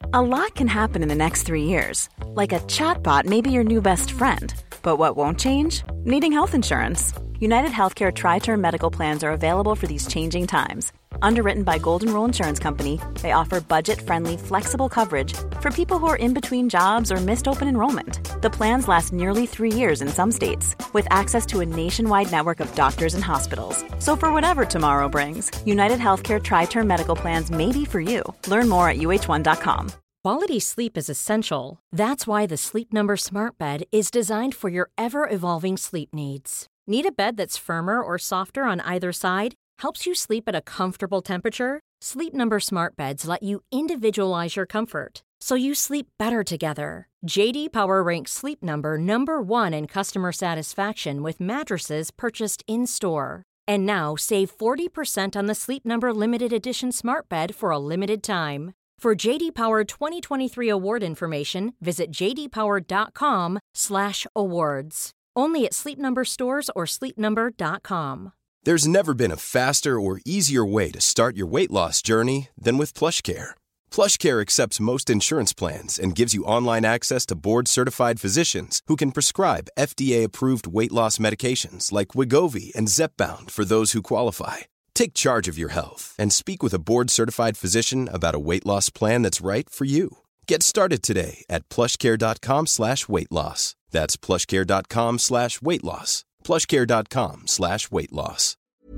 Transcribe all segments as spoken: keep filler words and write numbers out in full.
A lot can happen in the next three years. Like a chatbot may be your new best friend. But what won't change? Needing health insurance. United Healthcare Tri-Term Medical Plans are available for these changing times. Underwritten by Golden Rule Insurance Company, they offer budget-friendly, flexible coverage for people who are in between jobs or missed open enrollment. The plans last nearly three years in some states, with access to a nationwide network of doctors and hospitals. So for whatever tomorrow brings, United Healthcare Tri-Term Medical Plans may be for you. Learn more at U H one dot com. Quality sleep is essential. That's why the Sleep Number Smart Bed is designed for your ever-evolving sleep needs. Need a bed that's firmer or softer on either side? Helps you sleep at a comfortable temperature? Sleep Number Smart Beds let you individualize your comfort, so you sleep better together. J D Power ranks Sleep Number number one in customer satisfaction with mattresses purchased in-store. And now save forty percent on the Sleep Number Limited Edition Smart Bed for a limited time. For J D Power twenty twenty-three award information, visit j d power dot com slash awards. Only at Sleep Number stores or sleep number dot com. There's never been a faster or easier way to start your weight loss journey than with PlushCare. PlushCare accepts most insurance plans and gives you online access to board-certified physicians who can prescribe F D A-approved weight loss medications like Wegovy and Zepbound for those who qualify. Take charge of your health and speak with a board-certified physician about a weight loss plan that's right for you. Get started today at plushcare.com slash weight loss. That's plushcare.com slash weight loss. plushcare.com slash weight loss.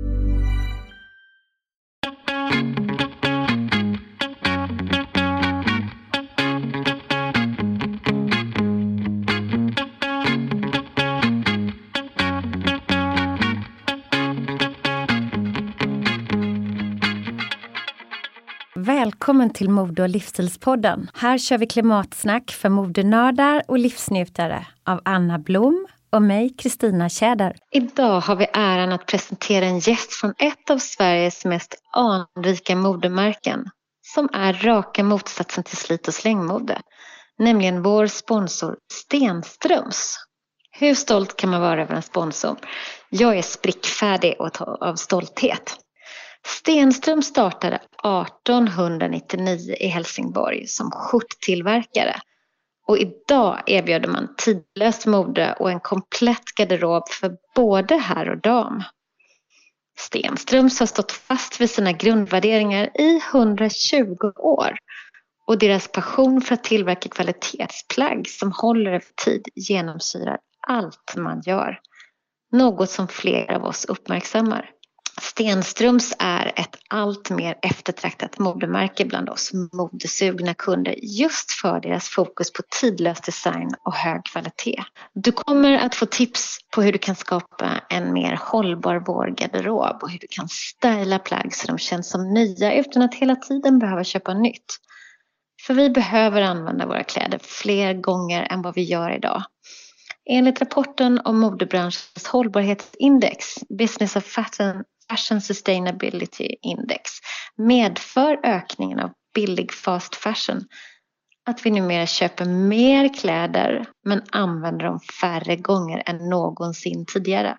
Välkommen till Mode- och livsstilspodden. Här kör vi klimatsnack för modenördar och livsnjutare av Anna Blom och mig, Kristina Tjäder. Idag har vi äran att presentera en gäst från ett av Sveriges mest anrika modemärken, som är raka motsatsen till slit- och slängmode, nämligen vår sponsor Stenströms. Hur stolt kan man vara över en sponsor? Jag är sprickfärdig av stolthet. Stenström startade artonhundranittionio i Helsingborg som skjorttillverkare. Och idag erbjuder man tidlöst mode och en komplett garderob för både herr och dam. Stenströms har stått fast vid sina grundvärderingar i hundratjugo år. Och deras passion för att tillverka kvalitetsplagg som håller över tid genomsyrar allt man gör. Något som fler av oss uppmärksammar. Stenströms är ett allt mer eftertraktat modemärke bland oss modesugna kunder just för deras fokus på tidlös design och hög kvalitet. Du kommer att få tips på hur du kan skapa en mer hållbar vårgarderob och hur du kan styla plagg så de känns som nya utan att hela tiden behöva köpa nytt. För vi behöver använda våra kläder fler gånger än vad vi gör idag. Enligt rapporten om modebranschens hållbarhetsindex, Business of Fashion Fashion Sustainability Index, medför ökningen av billig fast fashion att vi numera köper mer kläder men använder dem färre gånger än någonsin tidigare.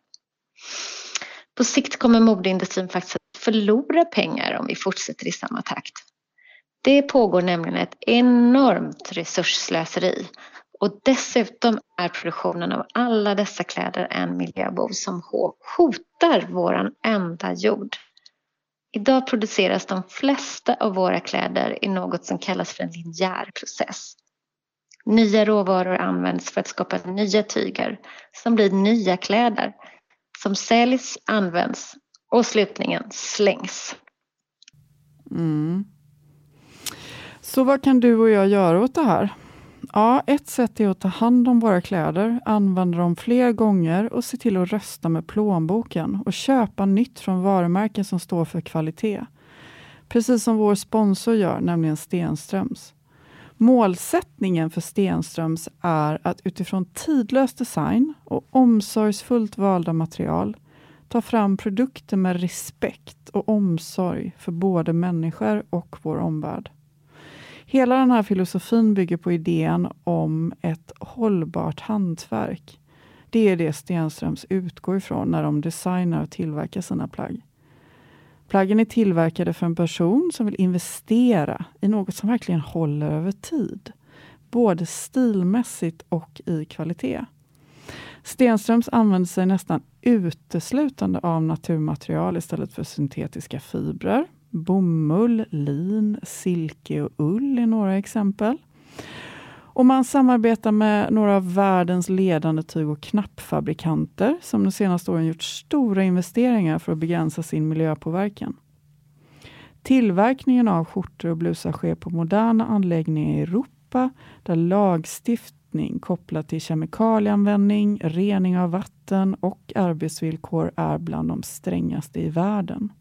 På sikt kommer modeindustrin faktiskt att förlora pengar om vi fortsätter i samma takt. Det pågår nämligen ett enormt resursslöseri. Och dessutom är produktionen av alla dessa kläder en miljöbov som hotar våran enda jord. Idag produceras de flesta av våra kläder i något som kallas för en linjär process. Nya råvaror används för att skapa nya tyger som blir nya kläder som säljs, används och slutligen slängs. Mm. Så vad kan du och jag göra åt det här? Ja, ett sätt är att ta hand om våra kläder, använda dem fler gånger och se till att rösta med plånboken och köpa nytt från varumärken som står för kvalitet. Precis som vår sponsor gör, nämligen Stenströms. Målsättningen för Stenströms är att utifrån tidlös design och omsorgsfullt valda material ta fram produkter med respekt och omsorg för både människor och vår omvärld. Hela den här filosofin bygger på idén om ett hållbart hantverk. Det är det Stenströms utgår ifrån när de designar och tillverkar sina plagg. Plaggen är tillverkade för en person som vill investera i något som verkligen håller över tid. Både stilmässigt och i kvalitet. Stenströms använder sig nästan uteslutande av naturmaterial istället för syntetiska fibrer. Bomull, lin, silke och ull är några exempel. Och man samarbetar med några av världens ledande tyg- och knappfabrikanter som de senaste åren gjort stora investeringar för att begränsa sin miljöpåverkan. Tillverkningen av skjortor och blusar sker på moderna anläggningar i Europa där lagstiftning kopplat till kemikalieanvändning, rening av vatten och arbetsvillkor är bland de strängaste i världen.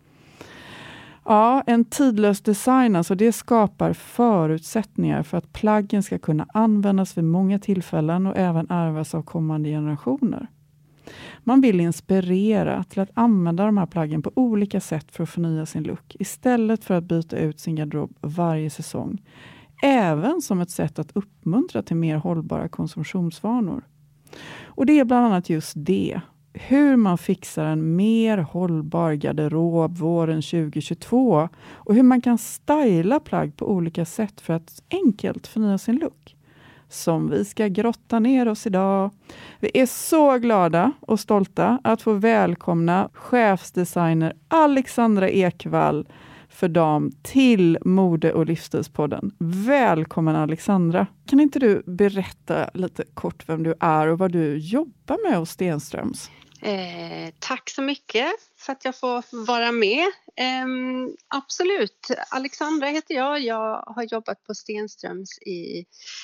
Ja, en tidlös design, alltså det skapar förutsättningar för att plaggen ska kunna användas vid många tillfällen och även ärvas av kommande generationer. Man vill inspirera till att använda de här plaggen på olika sätt för att förnya sin look istället för att byta ut sin garderob varje säsong. Även som ett sätt att uppmuntra till mer hållbara konsumtionsvanor. Och det är bland annat just det. Hur man fixar en mer hållbar garderob våren tjugo tjugotvå och hur man kan styla plagg på olika sätt för att enkelt förnya sin look. Som vi ska grotta ner oss idag. Vi är så glada och stolta att få välkomna chefsdesigner Alexandra Ekvall för dam till Mode- och livsstilspodden. Välkommen Alexandra. Kan inte du berätta lite kort vem du är och vad du jobbar med hos Stenströms? Eh, tack så mycket för att jag får vara med. Eh, absolut. Alexandra heter jag. Jag har jobbat på Stenströms i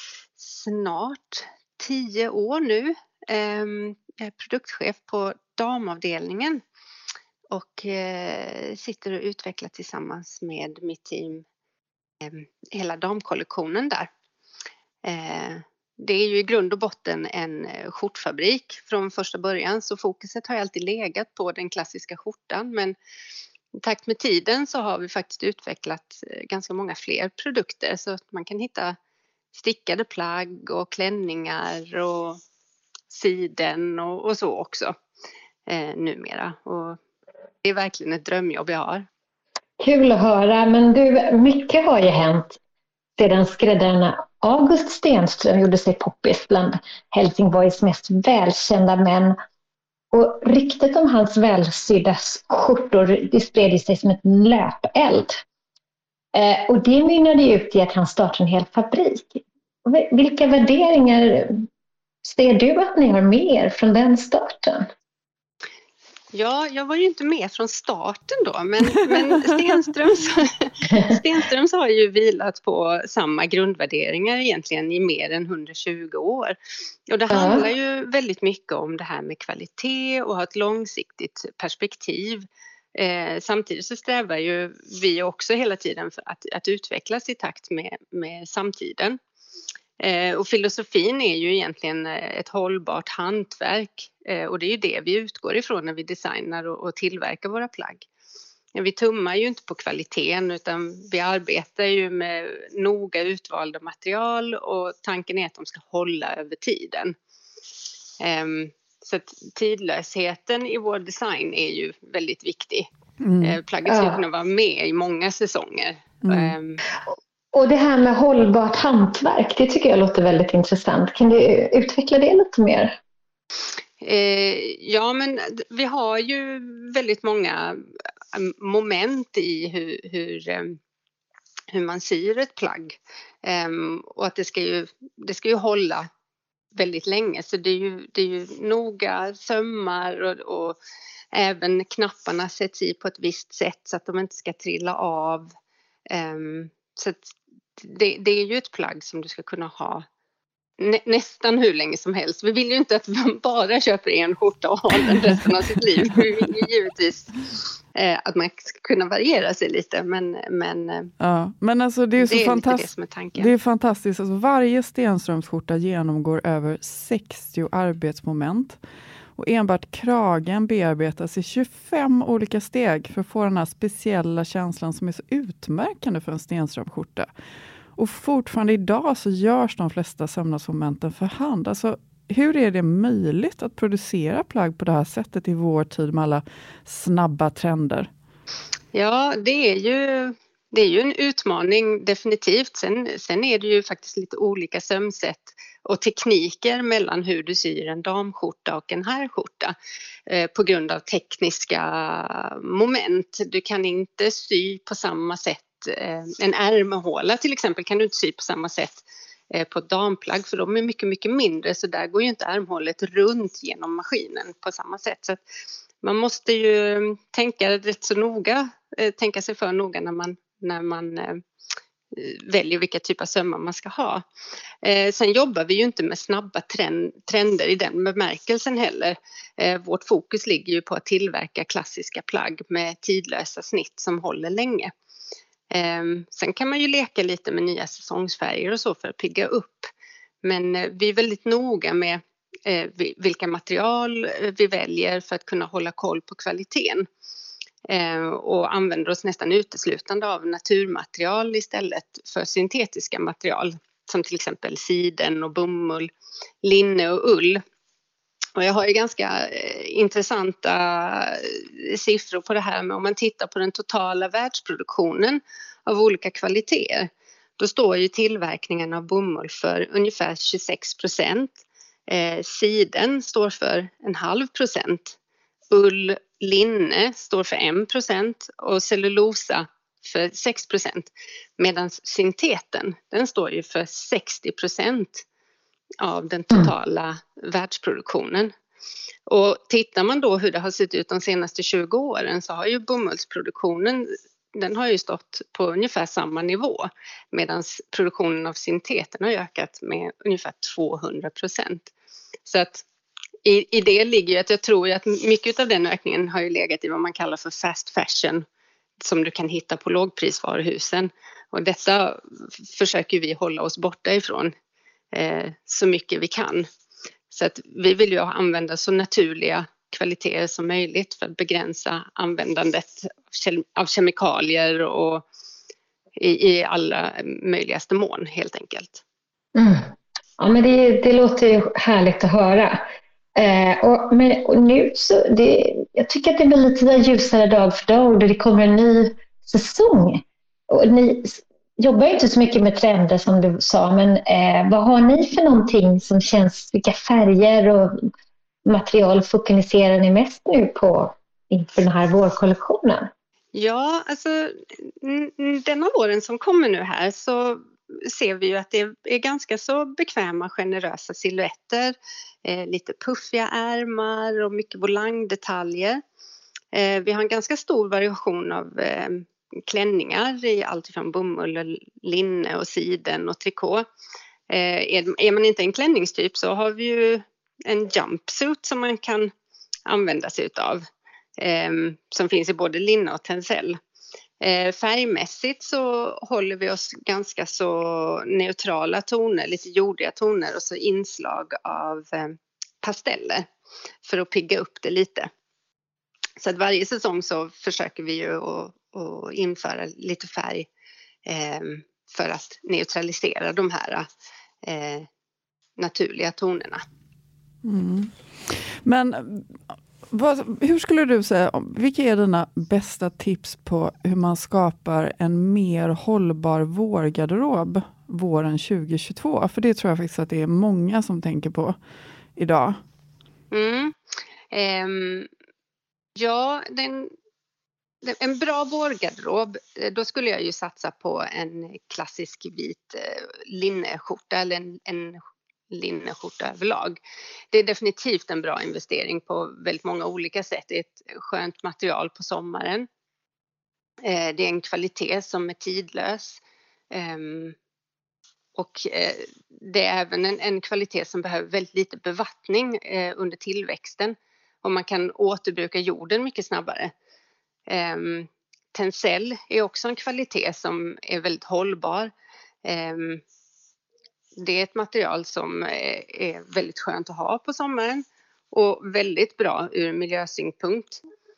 snart tio år nu. Eh, jag är produktchef på damavdelningen. Och eh, sitter och utvecklar tillsammans med mitt team eh, hela damkollektionen där. Eh, det är ju i grund och botten en eh, skjortfabrik från första början. Så fokuset har alltid legat på den klassiska skjortan. Men i takt med tiden så har vi faktiskt utvecklat eh, ganska många fler produkter. Så att man kan hitta stickade plagg och klänningar och siden och, och så också eh, numera. Och det är verkligen ett drömjobb jag har. Kul att höra, men du, mycket har ju hänt sedan skräddaren August Stenström gjorde sig poppis bland Helsingborgs mest välkända män. Och ryktet om hans välsydda skjortor, det spred sig som ett löpeld. Eh, och det mynnade ut i att han startade en hel fabrik. Vilka värderingar ser du att ni har med er från den starten? Ja, jag var ju inte med från starten då, men, men Stenströms, Stenströms har ju vilat på samma grundvärderingar egentligen i mer än hundratjugo år. Och det handlar ju väldigt mycket om det här med kvalitet och ha ett långsiktigt perspektiv. Eh, samtidigt så strävar ju vi också hela tiden för att, att utvecklas i takt med, med samtiden. Eh, och filosofin är ju egentligen ett hållbart hantverk eh, och det är ju det vi utgår ifrån när vi designar och, och tillverkar våra plagg. Vi tummar ju inte på kvaliteten utan vi arbetar ju med noga utvalda material och tanken är att de ska hålla över tiden. Eh, så att tidlösheten i vår design är ju väldigt viktig. Mm. Eh, plagget ska kunna vara med i många säsonger. Mm. Eh, Och det här med hållbart hantverk, det tycker jag låter väldigt intressant. Kan du utveckla det lite mer? Eh, ja, men vi har ju väldigt många moment i hur, hur, hur man syr ett plagg. Eh, och att det ska, ju, det ska ju hålla väldigt länge. Så det är ju, det är ju noga sömmar och, och även knapparna sätts i på ett visst sätt så att de inte ska trilla av. Eh, så att det, det är ju ett plagg som du ska kunna ha nä, nästan hur länge som helst. Vi vill ju inte att man bara köper en skjorta och har den resten av sitt liv. Vi vill ju givetvis eh, att man ska kunna variera sig lite. Men, men, ja, men alltså det är, så det, är fantast- det som är tanken. Det är fantastiskt. Alltså varje Stenströmsskjorta genomgår över sextio arbetsmoment. Och enbart kragen bearbetas i tjugofem olika steg för att få den här speciella känslan som är så utmärkande för en Stenströmskjorta. Och fortfarande idag så görs de flesta sömnadsmomenten för hand. Alltså, hur är det möjligt att producera plagg på det här sättet i vår tid med alla snabba trender? Ja, det är ju, det är ju en utmaning definitivt. Sen, sen är det ju faktiskt lite olika sömsätt och tekniker mellan hur du syr en damskjorta och en herrskjorta eh, på grund av tekniska moment. Du kan inte sy på samma sätt. Eh, en ärmhåla till exempel kan du inte sy på samma sätt eh, på ett damplagg, för de är mycket, mycket mindre, så där går ju inte ärmhålet runt genom maskinen på samma sätt. Så att man måste ju tänka rätt så noga, eh, tänka sig för noga när man, när man eh, väljer vilka typ av sömmar man ska ha. Eh, sen jobbar vi ju inte med snabba trend, trender i den bemärkelsen heller. Eh, vårt fokus ligger ju på att tillverka klassiska plagg med tidlösa snitt som håller länge. Eh, sen kan man ju leka lite med nya säsongsfärger och så för att pigga upp. Men eh, vi är väldigt noga med eh, vilka material vi väljer för att kunna hålla koll på kvaliteten. Eh, och använder oss nästan uteslutande av naturmaterial istället för syntetiska material. Som till exempel siden och bomull, linne och ull. Och jag har ju ganska eh, intressanta siffror på det här, med om man tittar på den totala världsproduktionen av olika kvaliteter. Då står ju tillverkningen av bomull för ungefär tjugosex procent. Eh, siden står för en halv procent. Ull, linne står för en procent och cellulosa för sex procent. Medan synteten, den står ju för sextio procent av den totala mm. världsproduktionen. Och tittar man då hur det har sett ut de senaste tjugo åren, så har ju bomullsproduktionen, den har ju stått på ungefär samma nivå, medan produktionen av synteten har ökat med ungefär tvåhundra procent. Så att i, i det ligger ju att jag tror att mycket av den ökningen har ju legat i vad man kallar för fast fashion, som du kan hitta på lågprisvaruhusen. Och detta försöker vi hålla oss borta ifrån eh, så mycket vi kan. Så att vi vill ju använda så naturliga kvaliteter som möjligt för att begränsa användandet av kemikalier och i, i alla möjligaste mån helt enkelt. Mm. Ja, men det, det låter ju härligt att höra. Eh, och, men, och nu så, det, jag tycker att det blir lite där ljusare dag för dag och det kommer en ny säsong. Och ni jobbar inte så mycket med trender som du sa, men eh, vad har ni för någonting som känns, vilka färger och material fokuserar ni mest nu på inför den här vårkollektionen? Ja, alltså denna våren som kommer nu här så ser vi ju att det är ganska så bekväma, generösa silhuetter. Eh, lite puffiga ärmar och mycket volangdetaljer. Eh, vi har en ganska stor variation av eh, klänningar i allt från bomull, linne och siden och trikå. Eh, är, är man inte en klänningstyp så har vi ju en jumpsuit som man kan använda sig utav. Eh, som finns i både linne och tencel. Eh, färgmässigt så håller vi oss ganska så neutrala toner, lite jordiga toner och så inslag av eh, pasteller för att pigga upp det lite. Så att varje säsong så försöker vi ju att, att införa lite färg eh, för att neutralisera de här eh, naturliga tonerna. Mm. Men vad, hur skulle du säga, vilka är dina bästa tips på hur man skapar en mer hållbar vårgarderob våren tjugo tjugotvå? För det tror jag faktiskt att det är många som tänker på idag. Mm. Um, ja, den, den, en bra vårgarderob, då skulle jag ju satsa på en klassisk vit eh, linneskjorta eller en, en linneskjorta överlag. Det är definitivt en bra investering på väldigt många olika sätt. Det är ett skönt material på sommaren. Eh, det är en kvalitet som är tidlös. Eh, och eh, det är även en, en kvalitet som behöver väldigt lite bevattning eh, under tillväxten. Och man kan återbruka jorden mycket snabbare. Eh, tencel är också en kvalitet som är väldigt hållbar. Eh, Det är ett material som är väldigt skönt att ha på sommaren och väldigt bra ur miljösynpunkt.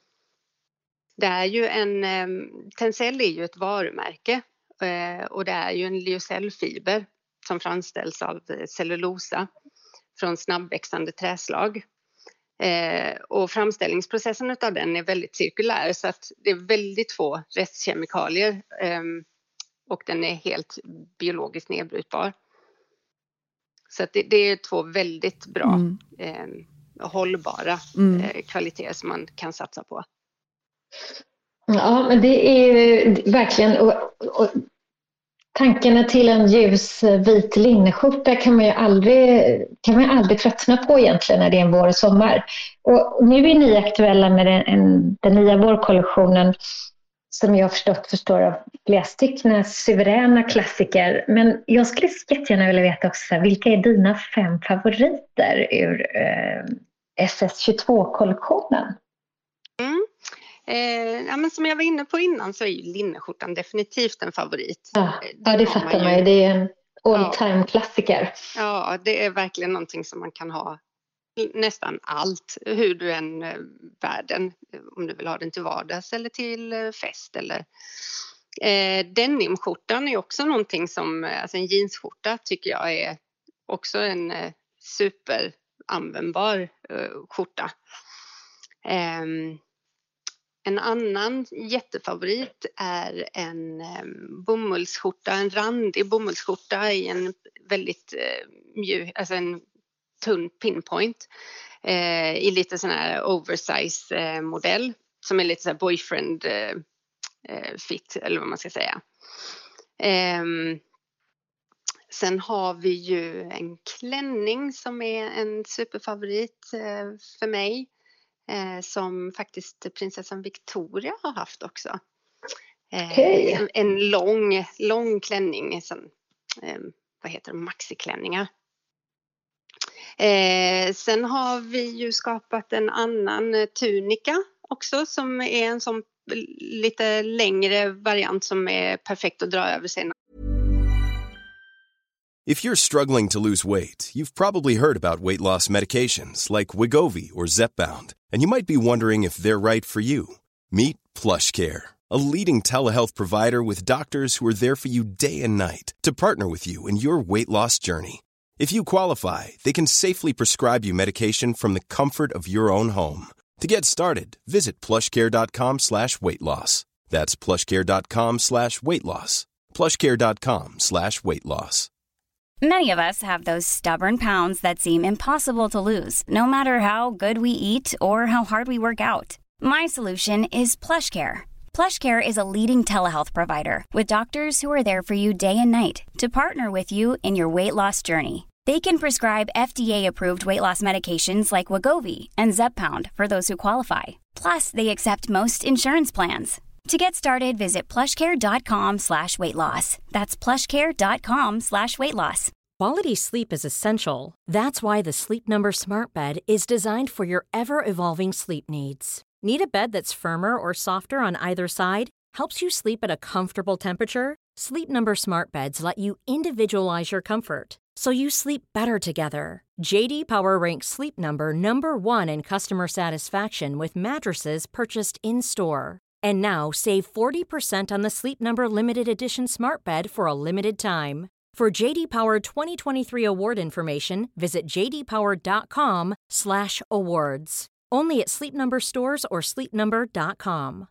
Det är ju en, tencel är ju ett varumärke och det är ju en lyocellfiber som framställs av cellulosa från snabbväxande träslag. Eh, och framställningsprocessen av den är väldigt cirkulär, så att det är väldigt få restkemikalier eh, och den är helt biologiskt nedbrytbar. Så att det, det är två väldigt bra mm. eh, hållbara mm. eh, kvaliteter som man kan satsa på. Ja, men det är ju verkligen, och, och tankarna till en ljus vit linneskjorta kan man ju aldrig, kan man ju aldrig tröttna på egentligen när det är en vår och sommar. Och nu är ni aktuella med den, en, den nya vårkollektionen som jag har förstått förstår av flera stycken suveräna klassiker. Men jag skulle jättegärna vilja veta också, vilka är dina fem favoriter ur eh, S S tjugotvå-kollektionen? Mm. Eh, ja, men som jag var inne på innan så är ju linneskjortan definitivt en favorit. Ja, ja det fattar man ju. Det är en all time klassiker. Ja, det är verkligen någonting som man kan ha nästan allt, hur du än bär den, om du vill ha den till vardags eller till fest. Eller. Eh, denimskjortan är också någonting som, alltså en jeansskjorta tycker jag är också en eh, superanvändbar eh, skjorta. Eh, en annan jättefavorit är en eh, bomullsskjorta, en randig bomullsskjorta i en väldigt eh, mjuk, alltså en tunn pinpoint eh, i lite sån här oversize eh, modell som är lite så här boyfriend eh, fit eller vad man ska säga. Eh, sen har vi ju en klänning som är en superfavorit eh, för mig eh, som faktiskt prinsessan Victoria har haft också. Eh, okay. en, en lång, lång klänning som, eh, vad heter det, maxiklänningar. Eh, sen har vi ju skapat en annan tunika också som är en sån lite längre variant som är perfekt att dra över sig. If you're struggling to lose weight, you've probably heard about weight loss medications like Wegovy or Zepbound, and you might be wondering if they're right for you. Meet PlushCare, a leading telehealth provider with doctors who are there for you day and night to partner with you in your weight loss journey. If you qualify, they can safely prescribe you medication from the comfort of your own home. To get started, visit plushcare.com slash weight loss. That's plushcare.com slash weight loss. plushcare.com slash weight loss. Many of us have those stubborn pounds that seem impossible to lose, no matter how good we eat or how hard we work out. My solution is PlushCare. PlushCare is a leading telehealth provider with doctors who are there for you day and night to partner with you in your weight loss journey. They can prescribe F D A-approved weight loss medications like Wegovy and Zepbound for those who qualify. Plus, they accept most insurance plans. To get started, visit plushcare.com slash weight loss. That's plushcare.com slash weight loss. Quality sleep is essential. That's why the Sleep Number Smart Bed is designed for your ever-evolving sleep needs. Need a bed that's firmer or softer on either side? Helps you sleep at a comfortable temperature? Sleep Number Smart Beds let you individualize your comfort, so you sleep better together. J D Power ranks Sleep Number number one in customer satisfaction with mattresses purchased in-store. And now, save forty percent on the Sleep Number Limited Edition Smart Bed for a limited time. For J D Power twenty twenty-three award information, visit jdpower.com slash awards. Only at Sleep Number stores or sleep number dot com.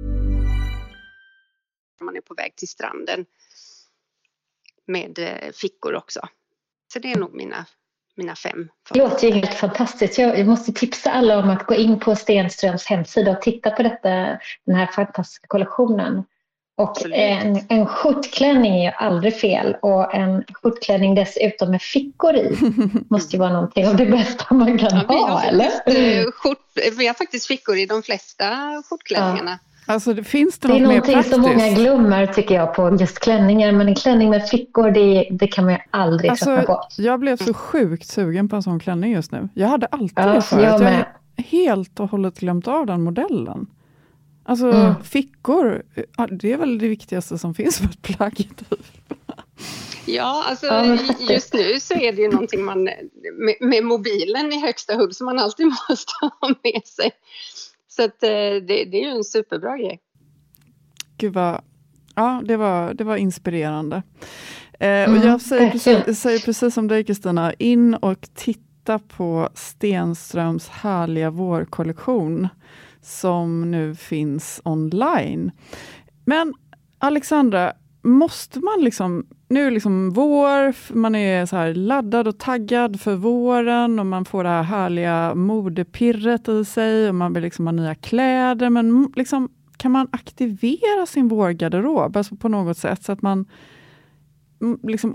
Man är på väg till stranden med fickor också. Så det är nog mina, mina fem. Det låter ju helt fantastiskt. Jag måste tipsa alla om att gå in på Stenströms hemsida och titta på detta, den här fantastiska kollektionen. Och en, en skjortklänning är ju aldrig fel. Och en skjortklänning dessutom med fickor i måste ju vara någonting av det bästa man kan ja, ha, eller? Skjort, vi har faktiskt fickor i de flesta skjortklänningarna. Ja. Alltså, det finns det, det något mer praktiskt? Det är någonting som många glömmer tycker jag på just klänningar. Men en klänning med fickor, det, det kan man ju aldrig alltså, tröttna på. Jag blev så sjukt sugen på en sån klänning just nu. Jag hade alltid ja, det förut. Jag, jag har helt och hållet glömt av den modellen. Alltså mm. fickor, det är väl det viktigaste som finns för ett plagg typ. Ja, alltså ja, just nu så är det ju någonting man med, med mobilen i högsta hugg som man alltid måste ha med sig. Så att, det, det är ju en superbra grej. Gud vad, ja det var, det var inspirerande. Eh, mm. Och jag säger precis, säger precis som dig Kristina, in och titta titta på Stenströms härliga vårkollektion som nu finns online. Men Alexandra, måste man liksom, nu är liksom vår, man är så här laddad och taggad för våren och man får det här härliga modepirret i sig och man vill liksom ha nya kläder, men liksom, kan man aktivera sin vårgarderob alltså på något sätt så att man liksom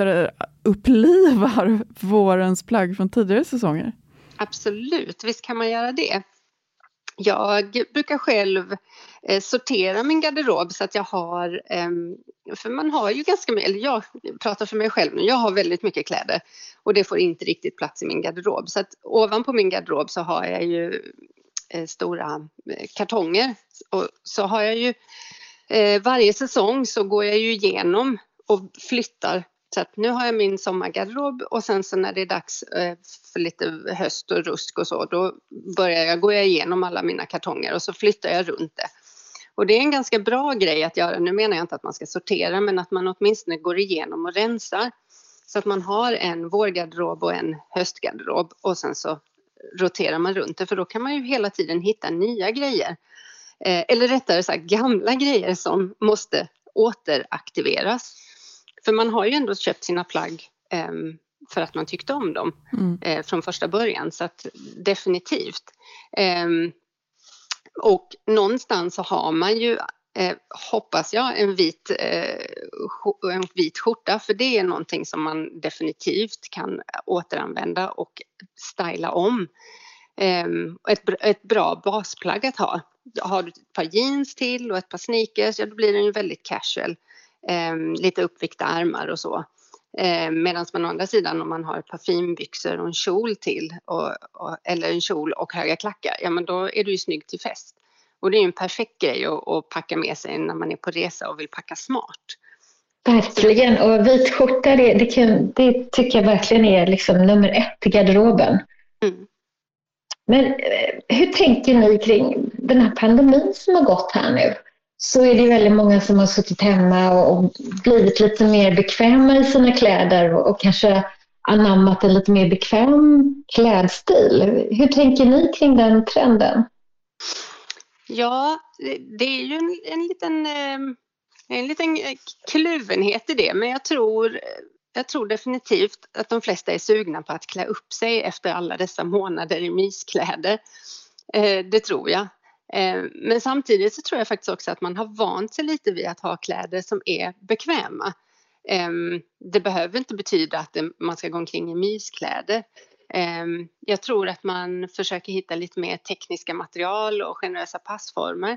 återupplivar vårens plagg från tidigare säsonger? Absolut, visst kan man göra det. Jag brukar själv eh, sortera min garderob så att jag har, eh, för man har ju ganska mycket, eller jag pratar för mig själv nu, jag har väldigt mycket kläder och det får inte riktigt plats i min garderob. Så att ovanpå min garderob så har jag ju eh, stora kartonger och så har jag ju eh, varje säsong så går jag ju igenom och flyttar. Så att nu har jag min sommargarderob och sen så när det är dags för lite höst och rusk och så, då börjar jag, går jag igenom alla mina kartonger och så flyttar jag runt det. Och det är en ganska bra grej att göra. Nu menar jag inte att man ska sortera, men att man åtminstone går igenom och rensar. Så att man har en vårgarderob och en höstgarderob och sen så roterar man runt det. För då kan man ju hela tiden hitta nya grejer. Eh, eller rättare sagt gamla grejer som måste återaktiveras. För man har ju ändå köpt sina plagg eh, för att man tyckte om dem mm. eh, från första början. Så att definitivt. Eh, och någonstans så har man ju, eh, hoppas jag, en vit, eh, en vit skjorta. För det är någonting som man definitivt kan återanvända och styla om. Eh, ett, ett bra basplagg att ha. Har du ett par jeans till och ett par sneakers, ja, då blir den ju väldigt casual. Eh, lite uppvikta armar och så. Eh, Medan man å andra sidan om man har ett par finbyxor och en kjol till och, och, eller en kjol och höga klackar, ja men då är du ju snygg till fest. Och det är ju en perfekt grej att, att packa med sig när man är på resa och vill packa smart. Verkligen, och vit skjorta det, det, kan, det tycker jag verkligen är liksom nummer ett i garderoben. Mm. Men hur tänker ni kring den här pandemin som har gått här nu? Så är det väldigt många som har suttit hemma och, och blivit lite mer bekväma i sina kläder och, och kanske anammat en lite mer bekväm klädstil. Hur tänker ni kring den trenden? Ja, det är ju en, en liten en liten kluvenhet i det, men jag tror jag tror definitivt att de flesta är sugna på att klä upp sig efter alla dessa månader i myskläder. Det tror jag. Men samtidigt så tror jag faktiskt också att man har vant sig lite vid att ha kläder som är bekväma. Det behöver inte betyda att man ska gå omkring i myskläder. Jag tror att man försöker hitta lite mer tekniska material och generösa passformer.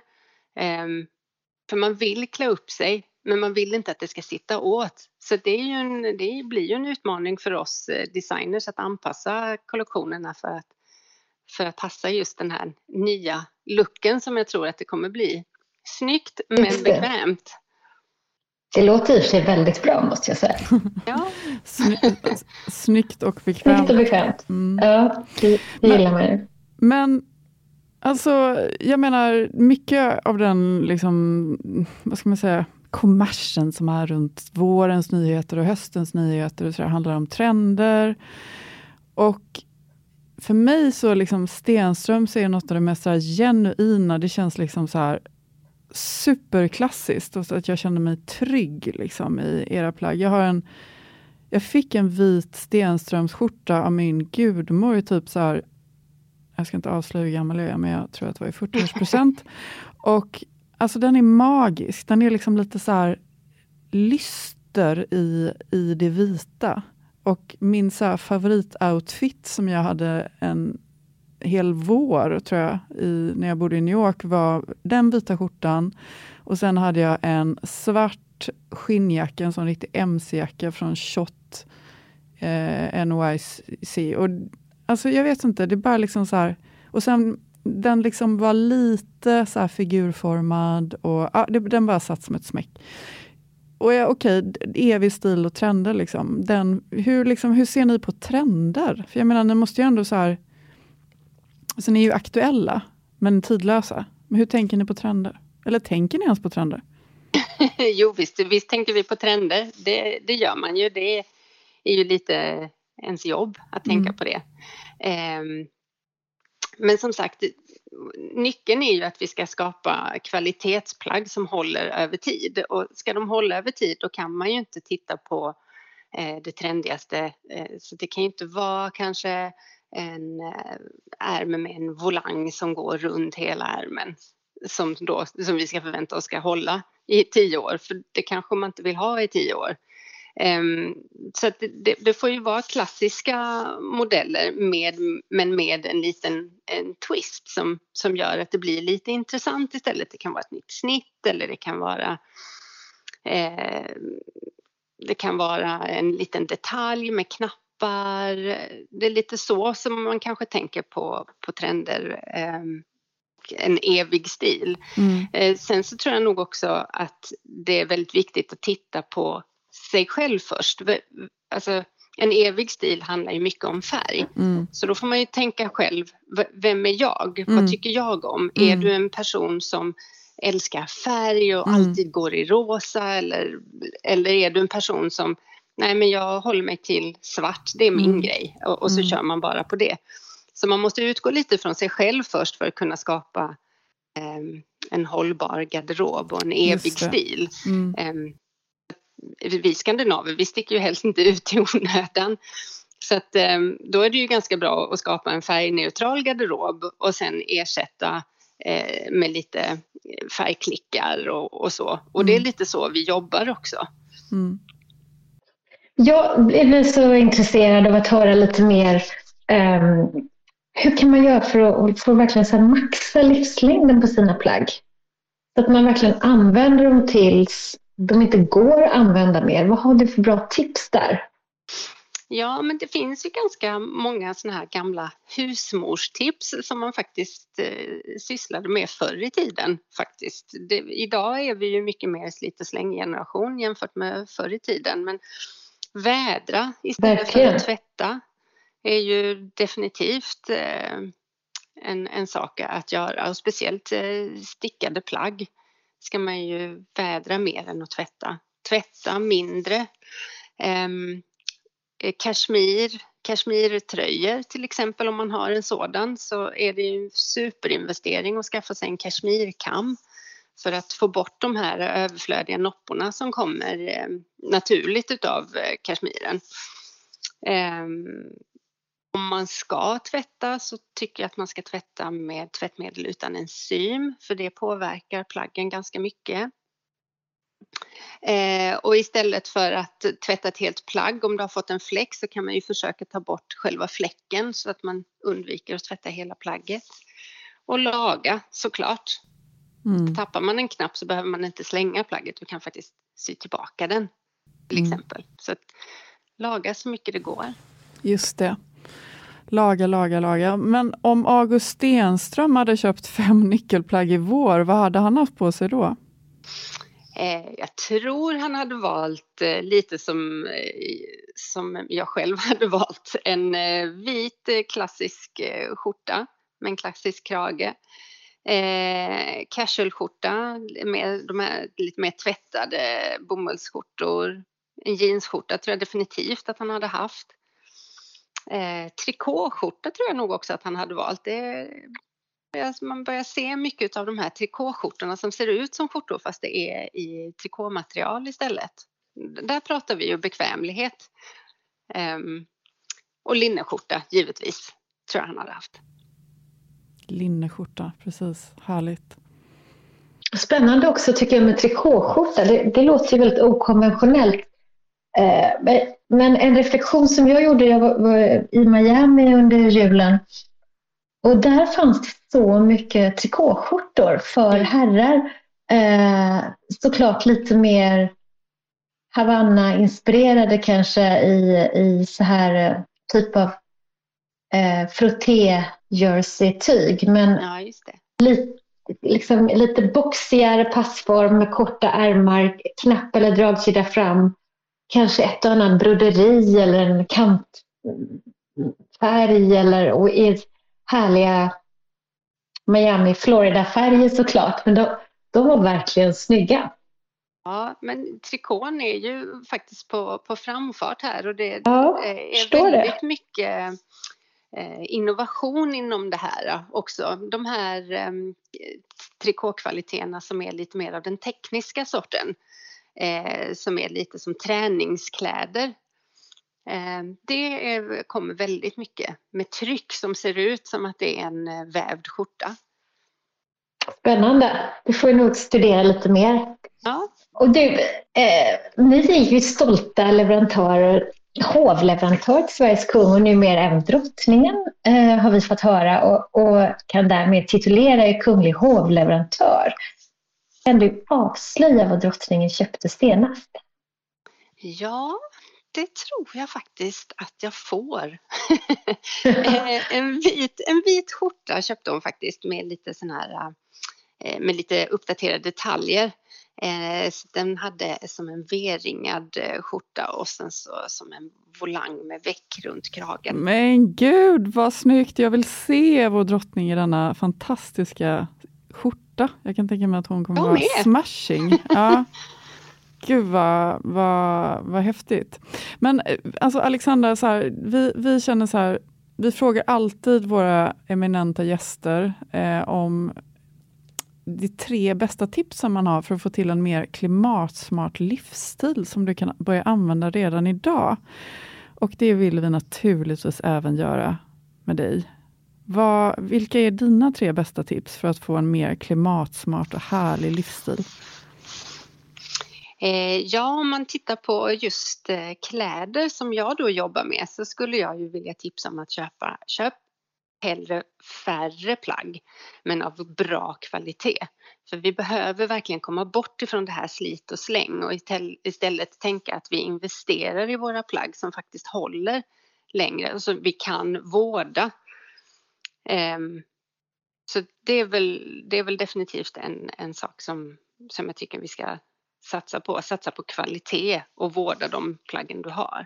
För man vill klä upp sig, men man vill inte att det ska sitta åt. Så det, är ju en, det blir ju en utmaning för oss designers att anpassa kollektionerna för att, för att passa just den här nya looken som jag tror att det kommer bli. Snyggt men bekvämt. Det låter i sig väldigt bra, måste jag säga. Ja. Snyggt, snyggt och bekvämt. Snyggt och bekvämt. Mm. Ja, det, det gillar man ju. Men alltså, jag menar, mycket av den liksom, vad ska man säga, kommersen som är runt vårens nyheter och höstens nyheter och så där, handlar om trender. Och för mig så liksom Stenström så är något av det mest så här genuina. Det känns liksom så här superklassiskt och så att jag känner mig trygg liksom i era plagg. Jag har en jag fick en vit Stenströms skjorta av min gudmor typ så här, jag ska inte avslöja hur gammal jag är, men jag tror att det var i fyrtio-årspresent. Och alltså den är magisk. Den är liksom lite så här lyster i, i det vita. Och min så här favoritoutfit som jag hade en hel vår tror jag i, när jag bodde i New York var den vita skjortan. Och sen hade jag en svart skinnjacka, en sån riktig M C-jacka från Shot eh, N Y C. Och alltså jag vet inte, det är bara liksom så här. Och sen den liksom var lite så här figurformad och ja, det, den bara satt som ett smäck. Och ja, okej, evig stil och trender liksom. Den, hur, liksom. Hur ser ni på trender? För jag menar, ni måste ju ändå så här, alltså ni är ju aktuella, men tidlösa. Men hur tänker ni på trender? Eller tänker ni ens på trender? Jo, visst, visst tänker vi på trender. Det, det gör man ju. Det är ju lite ens jobb att tänka Mm. på det. Um, men som sagt, nyckeln är ju att vi ska skapa kvalitetsplagg som håller över tid. Och ska de hålla över tid, då kan man ju inte titta på eh, det trendigaste. Eh, så det kan ju inte vara kanske en eh, ärme med en volang som går runt hela ärmen. Som, då, som vi ska förvänta oss ska hålla i tio år. För det kanske man inte vill ha i tio år. Um, så att det, det får ju vara klassiska modeller med, men med en liten en twist som, som gör att det blir lite intressant istället. Det kan vara ett nytt snitt eller det kan vara eh, det kan vara en liten detalj med knappar. Det är lite så som man kanske tänker på, på trender. Um, en evig stil. Mm. Eh, sen så tror jag nog också att det är väldigt viktigt att titta på sig själv först. Alltså, en evig stil handlar ju mycket om färg. Mm. Så då får man ju tänka själv, vem är jag? Mm. Vad tycker jag om? Mm. Är du en person som älskar färg och Mm. alltid går i rosa? Eller, eller är du en person som, nej men jag håller mig till svart, det är min Mm. grej. Och, och så Mm. kör man bara på det. Så man måste utgå lite från sig själv först för att kunna skapa eh, en hållbar garderob och en evig Just det. stil. Mm. Eh, vi skandinaver, vi sticker ju helst inte ut i onödan. Så att, eh, då är det ju ganska bra att skapa en färgneutral garderob och sen ersätta eh, med lite färgklickar och, och så. Och det är Mm. lite så vi jobbar också. Mm. Jag blir så intresserad av att höra lite mer. Um, hur kan man göra för att, för att verkligen så här maxa livslängden på sina plagg? Så att man verkligen använder dem tills de inte går att använda mer. Vad har du för bra tips där? Ja, men det finns ju ganska många såna här gamla husmorstips som man faktiskt eh, sysslade med förr i tiden faktiskt. Det, idag är vi ju mycket mer slit och släng generation jämfört med förr i tiden. Men vädra istället Verkligen. för att tvätta är ju definitivt eh, en, en sak att göra. Och speciellt eh, stickade plagg ska man ju vädra mer än att tvätta. Tvätta mindre. Um, Kashmir, kashmirtröjor till exempel, om man har en sådan så är det ju en superinvestering att skaffa sig en kashmirkam för att få bort de här överflödiga nopporna som kommer eh, naturligt utav eh, kashmiren. Eh, om man ska tvätta så tycker jag att man ska tvätta med tvättmedel utan enzym, för det påverkar plaggen ganska mycket. Eh, och istället för att tvätta ett helt plagg, om du har fått en fläck, så kan man ju försöka ta bort själva fläcken så att man undviker att tvätta hela plagget. Och laga såklart. Mm. Tappar man en knapp så behöver man inte slänga plagget, du kan faktiskt sy tillbaka den till Mm. exempel. Så att laga så mycket det går. Just det. Laga, laga, laga. Men om August Stenström hade köpt fem nyckelplagg i vår, vad hade han haft på sig då? Eh, jag tror han hade valt eh, lite som, eh, som jag själv hade valt. En eh, vit eh, klassisk eh, skjorta med en klassisk krage. Eh, casualskjorta med de här lite mer tvättade bomullsskjortor. En jeansskjorta tror jag definitivt att han hade haft. Eh, trikåskjorta tror jag nog också att han hade valt. Det Man börjar se mycket av de här trikåskjortorna som ser ut som skjortor fast det är i trikåmaterial istället. Där pratar vi ju bekvämlighet. Um, och linneskjorta givetvis tror jag han hade haft. Linneskjorta, precis. Härligt. Spännande också tycker jag med trikåskjorta. Det, det låter ju väldigt okonventionellt. Eh, men en reflektion som jag gjorde, jag var, var i Miami under julen. Och där fanns det så mycket trikåskjortor för herrar. Eh, såklart lite mer Havanna-inspirerade kanske i, i så här typ av eh, frotté-jersey-tyg. Men Ja, just det. lite, liksom, lite boxigare passform med korta ärmar, knapp eller dragkedja fram. Kanske ett och annan broderi eller en kantfärg eller och i härliga Miami, Florida-färger såklart. Men de, de var verkligen snygga. Ja, men trikån är ju faktiskt på, på framfart här och det Ja, är väldigt det. mycket innovation inom det här också. De här eh, trikåkvaliteterna som är lite mer av den tekniska sorten, eh, som är lite som träningskläder. Eh, det är, kommer väldigt mycket med tryck som ser ut som att det är en eh, vävd skjorta. Spännande. Du får nog studera lite mer. Ja. Och du, eh, ni är ju stolta leverantörer, hovleverantör till Sveriges kung och numera även drottningen eh, har vi fått höra och, och kan därmed titulera er kunglig hovleverantör. Kan du avslöja vad drottningen köpte senast? Ja, det tror jag faktiskt att jag får. en, vit, en vit skjorta köpte hon faktiskt med lite sån här, med lite uppdaterade detaljer. Så den hade som en V-ringad skjorta och sen så som en volang med väck runt kragen. Men gud, vad snyggt! Jag vill se vår drottning i denna fantastiska skjorta. Jag kan tänka mig att hon kommer jag vara med. smashing. Ja. Gud vad, vad, vad häftigt. Men alltså Alexandra, så här, vi, vi känner så här, vi frågar alltid våra eminenta gäster eh, om de tre bästa tipsen man har för att få till en mer klimatsmart livsstil som du kan börja använda redan idag. Och det vill vi naturligtvis även göra med dig. Vad, vilka är dina tre bästa tips för att få en mer klimatsmart och härlig livsstil? Ja, om man tittar på just kläder som jag då jobbar med så skulle jag ju vilja tipsa om att köpa, köp hellre färre plagg men av bra kvalitet. För vi behöver verkligen komma bort ifrån det här slit och släng och istället tänka att vi investerar i våra plagg som faktiskt håller längre och så vi kan vårda. Så det är väl, det är väl definitivt en, en sak som, som jag tycker vi ska satsa på. Satsa på kvalitet och vårda de plaggen du har.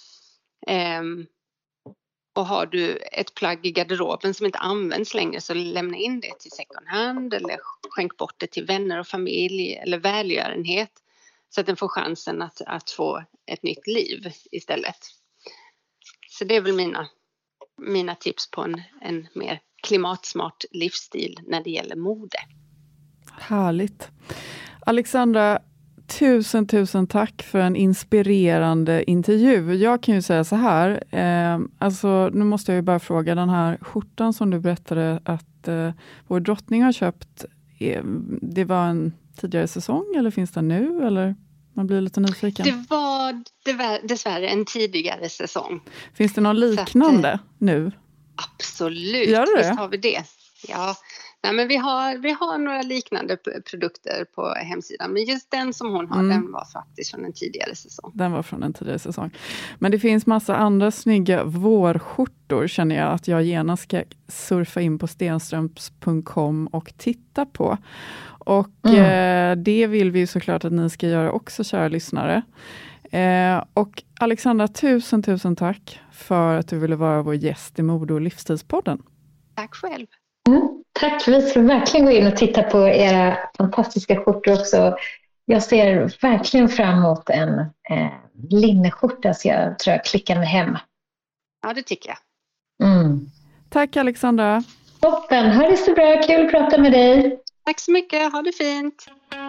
Och har du ett plagg i garderoben som inte används längre så lämna in det till second hand eller skänk bort det till vänner och familj eller välgörenhet så att den får chansen att, att få ett nytt liv istället. Så det är väl mina, mina tips på en, en mer klimatsmart livsstil när det gäller mode. Härligt. Alexandra, tusen, tusen tack för en inspirerande intervju. Jag kan ju säga så här, eh, alltså nu måste jag ju bara fråga, den här skjortan som du berättade att eh, vår drottning har köpt, eh, det var en tidigare säsong eller finns det nu? Eller man blir lite nyfiken. Det var, det var dessvärre en tidigare säsong. Finns det någon liknande att, nu? Absolut, Gör det? Visst har vi det. Ja. Nej, men vi har, vi har några liknande produkter på hemsidan. Men just den som hon har, mm. den var faktiskt från en tidigare säsong. Den var från en tidigare säsong. Men det finns massa andra snygga vårskjortor känner jag att jag gärna ska surfa in på stenströms punkt com och titta på. Och mm. eh, det vill vi ju såklart att ni ska göra också, kära lyssnare. Eh, och Alexandra, tusen, tusen tack för att du ville vara vår gäst i Mode- och livsstilspodden. Tack själv. Mm, tack, vi ska verkligen gå in och titta på era fantastiska skjortor också. Jag ser verkligen fram emot en eh, linneskjorta så jag tror jag klickar mig hem. Ja, det tycker jag. Mm. Tack Alexandra. Toppen, ha det så bra, kul att prata med dig. Tack så mycket, ha det fint.